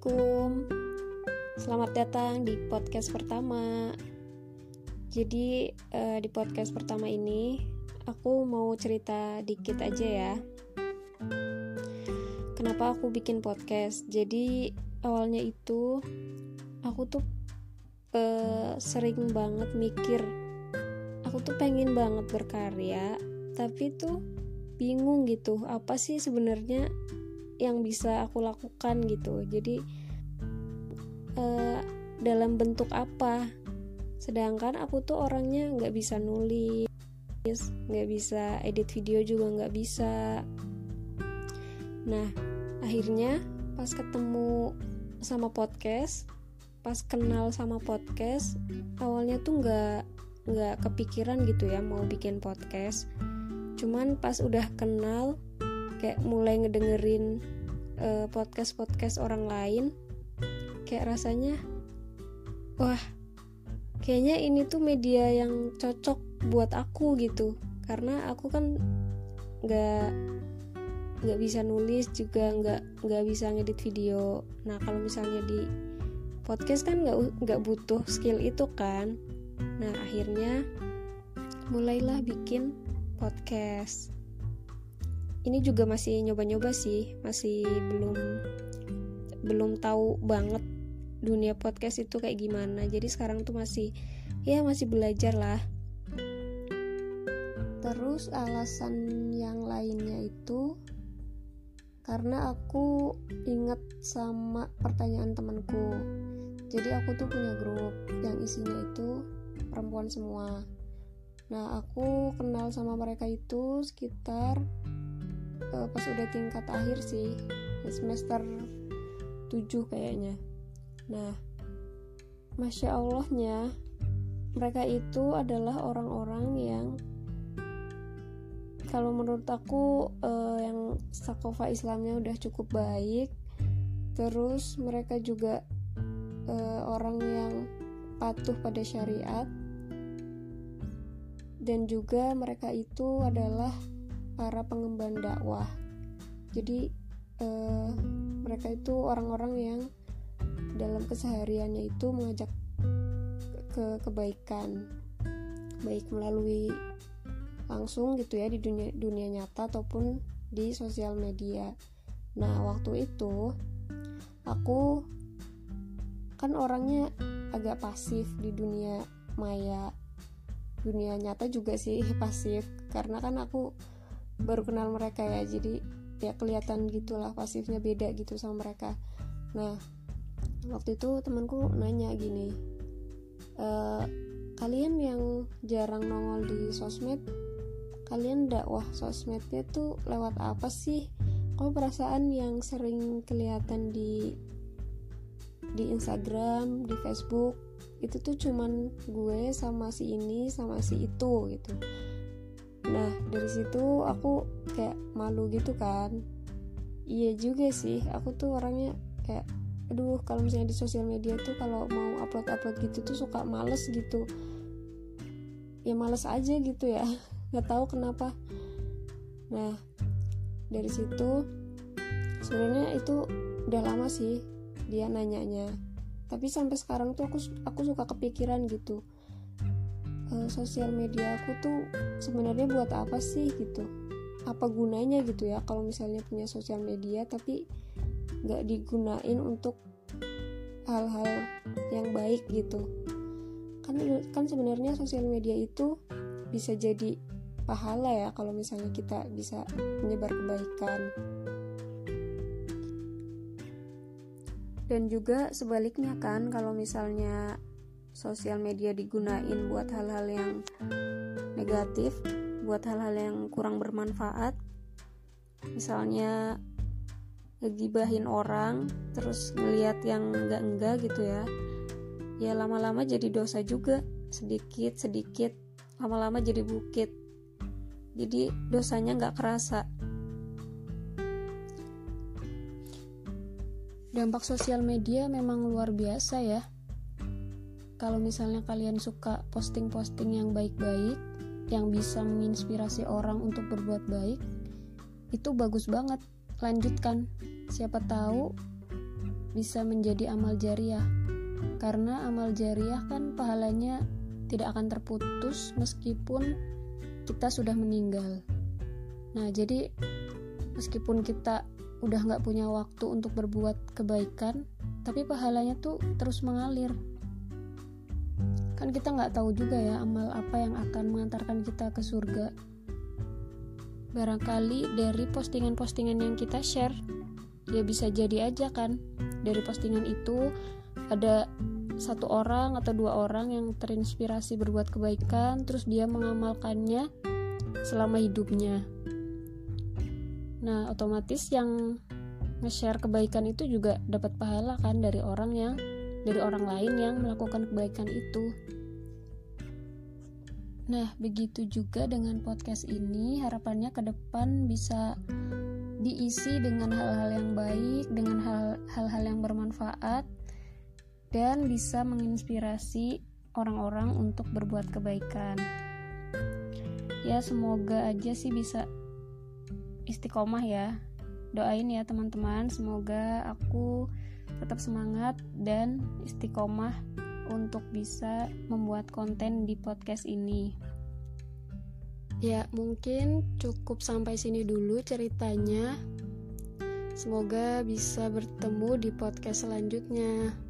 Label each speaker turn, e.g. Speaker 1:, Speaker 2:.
Speaker 1: Assalamualaikum. Selamat datang di podcast pertama. Jadi di podcast pertama ini aku mau cerita dikit aja ya. Kenapa aku bikin podcast? Jadi awalnya itu aku tuh sering banget mikir, aku tuh pengen banget berkarya, tapi tuh bingung gitu, apa sih sebenarnya yang bisa aku lakukan gitu. Jadi dalam bentuk apa? Sedangkan aku tuh orangnya nggak bisa nulis, nggak bisa edit video juga nggak bisa. Nah, akhirnya pas ketemu sama podcast, pas kenal sama podcast, awalnya tuh nggak kepikiran gitu ya mau bikin podcast. Cuman pas udah kenal, kayak mulai ngedengerin podcast orang lain, kayak rasanya wah, kayaknya ini tuh media yang cocok buat aku gitu. Karena aku kan nggak bisa nulis juga, nggak bisa ngedit video. Nah, kalau misalnya di podcast kan nggak butuh skill itu kan. Nah, akhirnya mulailah bikin podcast. Ini juga masih nyoba-nyoba sih, masih belum tahu banget dunia podcast itu kayak gimana. Jadi sekarang tuh masih belajar lah. Terus alasan yang lainnya itu karena aku inget sama pertanyaan temanku. Jadi aku tuh punya grup yang isinya itu perempuan semua. Nah, aku kenal sama mereka itu sekitar pas udah tingkat akhir sih, semester 7 kayaknya. Nah, Masya Allahnya, mereka itu adalah orang-orang yang kalau menurut aku yang sakofa Islamnya udah cukup baik. Terus mereka juga orang yang patuh pada syariat. Dan juga mereka itu adalah para pengemban dakwah. Jadi mereka itu orang-orang yang dalam kesehariannya itu mengajak ke kebaikan, baik melalui langsung gitu ya di dunia nyata ataupun di sosial media. Nah, waktu itu aku kan orangnya agak pasif di dunia maya. Dunia nyata juga sih pasif, karena kan aku baru kenal mereka ya, jadi ya kelihatan gitulah pasifnya beda gitu sama mereka. Nah, waktu itu temanku nanya gini, kalian yang jarang nongol di sosmed, kalian dakwah sosmednya tuh lewat apa sih? Kok perasaan yang sering kelihatan di Instagram, di Facebook itu tuh cuman gue sama si ini sama si itu gitu. Nah, dari situ aku kayak malu gitu kan. Iya juga sih, aku tuh orangnya kayak aduh, kalau misalnya di sosial media tuh kalau mau upload gitu tuh suka males gitu. Ya males aja gitu ya, nggak tahu kenapa. Nah, dari situ sebenarnya itu udah lama sih dia nanyanya. Tapi sampai sekarang tuh aku suka kepikiran gitu, sosial media aku tuh sebenarnya buat apa sih gitu, apa gunanya gitu ya kalau misalnya punya sosial media tapi nggak digunain untuk hal-hal yang baik gitu. Kan sebenarnya sosial media itu bisa jadi pahala ya kalau misalnya kita bisa menyebar kebaikan. Dan juga sebaliknya kan, kalau misalnya sosial media digunain buat hal-hal yang negatif, buat hal-hal yang kurang bermanfaat, misalnya ngegibahin orang, terus ngelihat yang enggak gitu ya lama-lama jadi dosa juga, sedikit lama-lama jadi bukit, jadi dosanya nggak kerasa. Dampak sosial media memang luar biasa ya. Kalau misalnya kalian suka posting-posting yang baik-baik, yang bisa menginspirasi orang untuk berbuat baik, itu bagus banget. Lanjutkan. Siapa tahu bisa menjadi amal jariah. Karena amal jariah kan pahalanya tidak akan terputus meskipun kita sudah meninggal. Nah, jadi meskipun kita udah gak punya waktu untuk berbuat kebaikan, tapi pahalanya tuh terus mengalir. Kan kita gak tahu juga ya amal apa yang akan mengantarkan kita ke surga. Barangkali dari postingan-postingan yang kita share, ya bisa jadi aja kan dari postingan itu ada 1 orang atau 2 orang yang terinspirasi berbuat kebaikan, terus dia mengamalkannya selama hidupnya. Nah, otomatis yang nge-share kebaikan itu juga dapat pahala kan dari orang lain yang melakukan kebaikan itu. Nah, begitu juga dengan podcast ini, harapannya ke depan bisa diisi dengan hal-hal yang baik, dengan hal-hal yang bermanfaat, dan bisa menginspirasi orang-orang untuk berbuat kebaikan. Ya, semoga aja sih bisa istiqomah ya. Doain ya teman-teman, semoga aku tetap semangat dan istiqomah untuk bisa membuat konten di podcast ini. Ya, mungkin cukup sampai sini dulu ceritanya. Semoga bisa bertemu di podcast selanjutnya.